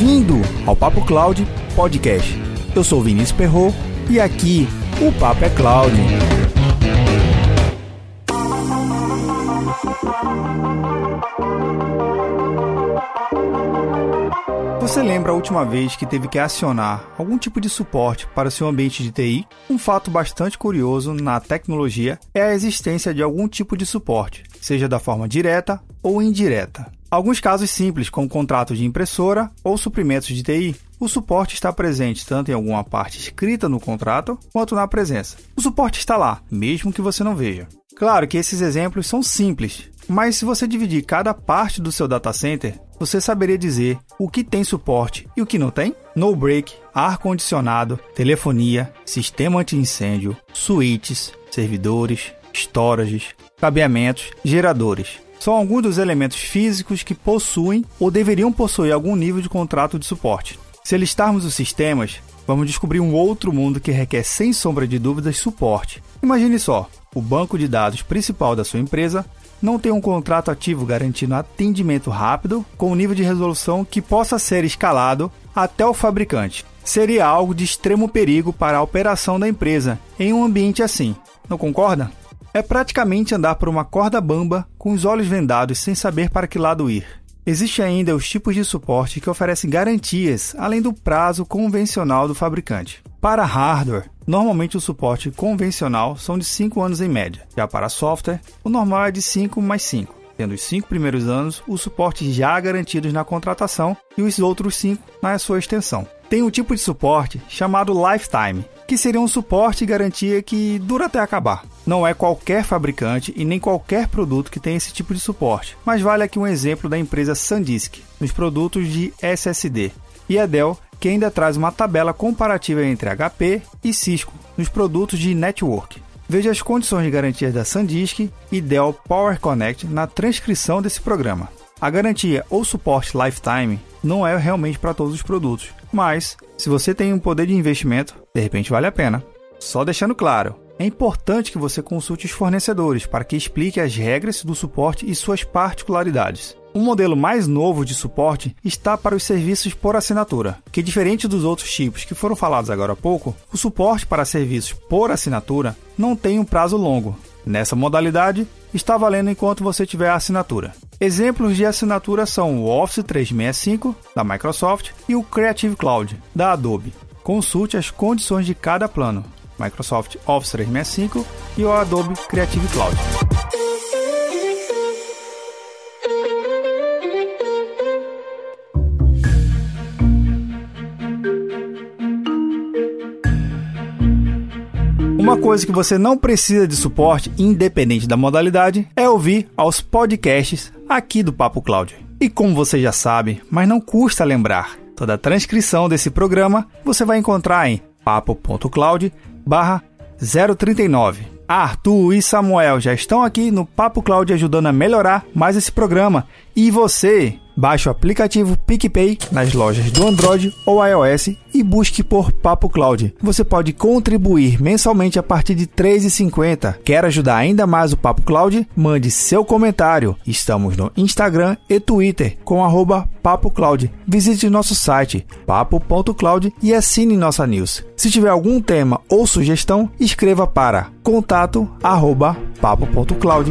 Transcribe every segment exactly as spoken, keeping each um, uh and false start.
Bem-vindo ao Papo Cloud Podcast. Eu sou Vinícius Perrot e aqui o Papo é Cloud. Você lembra a última vez que teve que acionar algum tipo de suporte para o seu ambiente de T I? Um fato bastante curioso na tecnologia é a existência de algum tipo de suporte, seja da forma direta ou indireta. Alguns casos simples, como contrato de impressora ou suprimentos de T I, o suporte está presente tanto em alguma parte escrita no contrato quanto na presença. O suporte está lá, mesmo que você não veja. Claro que esses exemplos são simples, mas se você dividir cada parte do seu data center, você saberia dizer o que tem suporte e o que não tem? No break, ar-condicionado, telefonia, sistema anti-incêndio, switches, servidores, storages, cabeamentos, geradores. São alguns dos elementos físicos que possuem ou deveriam possuir algum nível de contrato de suporte. Se listarmos os sistemas, vamos descobrir um outro mundo que requer sem sombra de dúvidas suporte. Imagine só, o banco de dados principal da sua empresa não tem um contrato ativo garantindo atendimento rápido com um nível de resolução que possa ser escalado até o fabricante. Seria algo de extremo perigo para a operação da empresa em um ambiente assim, não concorda? É praticamente andar por uma corda bamba com os olhos vendados sem saber para que lado ir. Existem ainda os tipos de suporte que oferecem garantias além do prazo convencional do fabricante. Para hardware, normalmente o suporte convencional são de cinco anos em média. Já para software, o normal é de cinco mais cinco, tendo os cinco primeiros anos o suporte já garantidos na contratação e os outros cinco na sua extensão. Tem um tipo de suporte chamado Lifetime, que seria um suporte e garantia que dura até acabar. Não é qualquer fabricante e nem qualquer produto que tem esse tipo de suporte, mas vale aqui um exemplo da empresa SanDisk, nos produtos de S S D, e a Dell, que ainda traz uma tabela comparativa entre H P e Cisco, nos produtos de network. Veja as condições de garantia da SanDisk e Dell Power Connect na transcrição desse programa. A garantia ou suporte Lifetime não é realmente para todos os produtos, mas se você tem um poder de investimento, de repente vale a pena. Só deixando claro, é importante que você consulte os fornecedores para que explique as regras do suporte e suas particularidades. Um modelo mais novo de suporte está para os serviços por assinatura, que diferente dos outros tipos que foram falados agora há pouco, o suporte para serviços por assinatura não tem um prazo longo. Nessa modalidade, está valendo enquanto você tiver a assinatura. Exemplos de assinatura são o Office trezentos e sessenta e cinco, da Microsoft, e o Creative Cloud, da Adobe. Consulte as condições de cada plano, Microsoft Office trezentos e sessenta e cinco e o Adobe Creative Cloud. Uma coisa que você não precisa de suporte, independente da modalidade, é ouvir aos podcasts aqui do Papo Cloud. E como você já sabe, mas não custa lembrar, toda a transcrição desse programa você vai encontrar em papo.cloud barra zero trinta e nove. Arthur e Samuel já estão aqui no Papo Cloud ajudando a melhorar mais esse programa. E você, baixe o aplicativo PicPay nas lojas do Android ou iOS e busque por Papo Cloud. Você pode contribuir mensalmente a partir de três reais e cinquenta centavos. Quer ajudar ainda mais o Papo Cloud? Mande seu comentário. Estamos no Instagram e Twitter com arroba Papo Cloud. Visite nosso site papo ponto cloud e assine nossa news. Se tiver algum tema ou sugestão, escreva para contato arroba papo ponto cloud.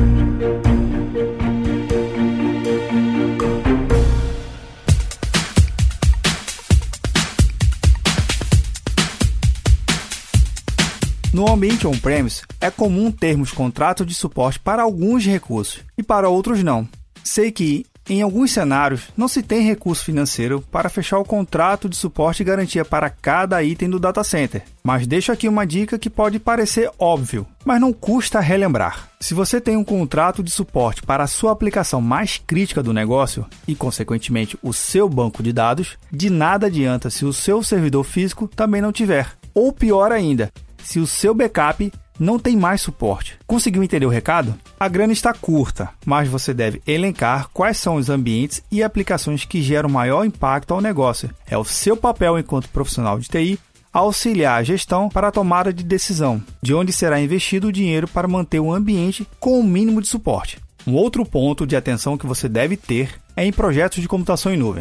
No ambiente on-premise, é comum termos contrato de suporte para alguns recursos e para outros não. Sei que, em alguns cenários, não se tem recurso financeiro para fechar o contrato de suporte e garantia para cada item do data center. Mas deixo aqui uma dica que pode parecer óbvio, mas não custa relembrar. Se você tem um contrato de suporte para a sua aplicação mais crítica do negócio e, consequentemente, o seu banco de dados, de nada adianta se o seu servidor físico também não tiver. Ou pior ainda, se o seu backup não tem mais suporte. Conseguiu entender o recado? A grana está curta, mas você deve elencar quais são os ambientes e aplicações que geram maior impacto ao negócio. É o seu papel enquanto profissional de T I auxiliar a gestão para a tomada de decisão, de onde será investido o dinheiro para manter o ambiente com o mínimo de suporte. Um outro ponto de atenção que você deve ter é em projetos de computação em nuvem.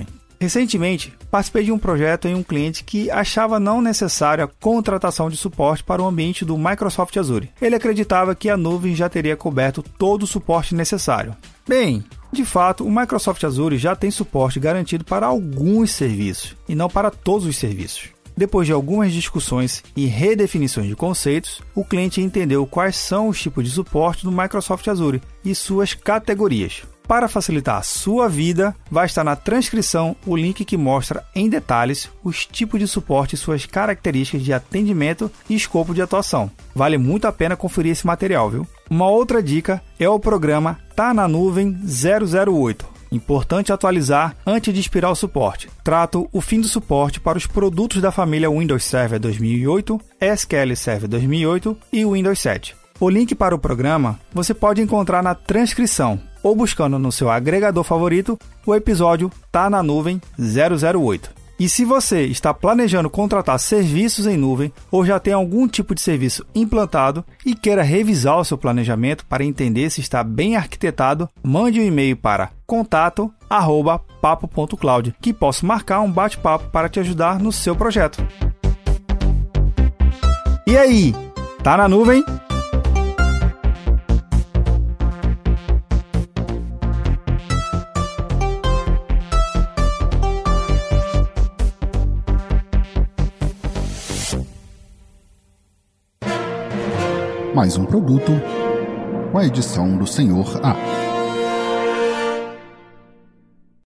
Recentemente, participei de um projeto em um cliente que achava não necessária a contratação de suporte para o ambiente do Microsoft Azure. Ele acreditava que a nuvem já teria coberto todo o suporte necessário. Bem, de fato, o Microsoft Azure já tem suporte garantido para alguns serviços, e não para todos os serviços. Depois de algumas discussões e redefinições de conceitos, o cliente entendeu quais são os tipos de suporte do Microsoft Azure e suas categorias. Para facilitar a sua vida, vai estar na transcrição o link que mostra em detalhes os tipos de suporte e suas características de atendimento e escopo de atuação. Vale muito a pena conferir esse material, viu? Uma outra dica é o programa Tá na Nuvem zero zero oito. Importante atualizar antes de expirar o suporte. Trato o fim do suporte para os produtos da família Windows Server dois mil e oito, S Q L Server dois mil e oito e Windows sete. O link para o programa você pode encontrar na transcrição ou buscando no seu agregador favorito o episódio Tá na Nuvem zero zero oito. E se você está planejando contratar serviços em nuvem ou já tem algum tipo de serviço implantado e queira revisar o seu planejamento para entender se está bem arquitetado, mande um e-mail para contato arroba papo ponto cloud, que posso marcar um bate-papo para te ajudar no seu projeto. E aí, tá na nuvem? Mais um produto com a edição do senhor A.